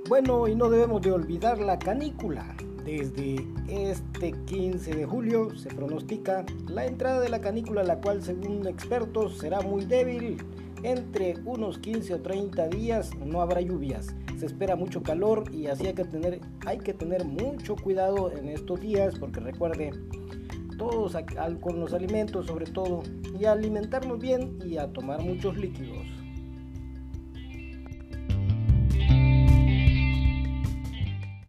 Bueno, y no debemos de olvidar la canícula. Desde este 15 de julio se pronostica la entrada de la canícula, la cual según expertos será muy débil. Entre unos 15 o 30 días no habrá lluvias. Se espera mucho calor y así hay que tener mucho cuidado en estos días porque recuerde, todos con los alimentos sobre todo, y a alimentarnos bien y a tomar muchos líquidos.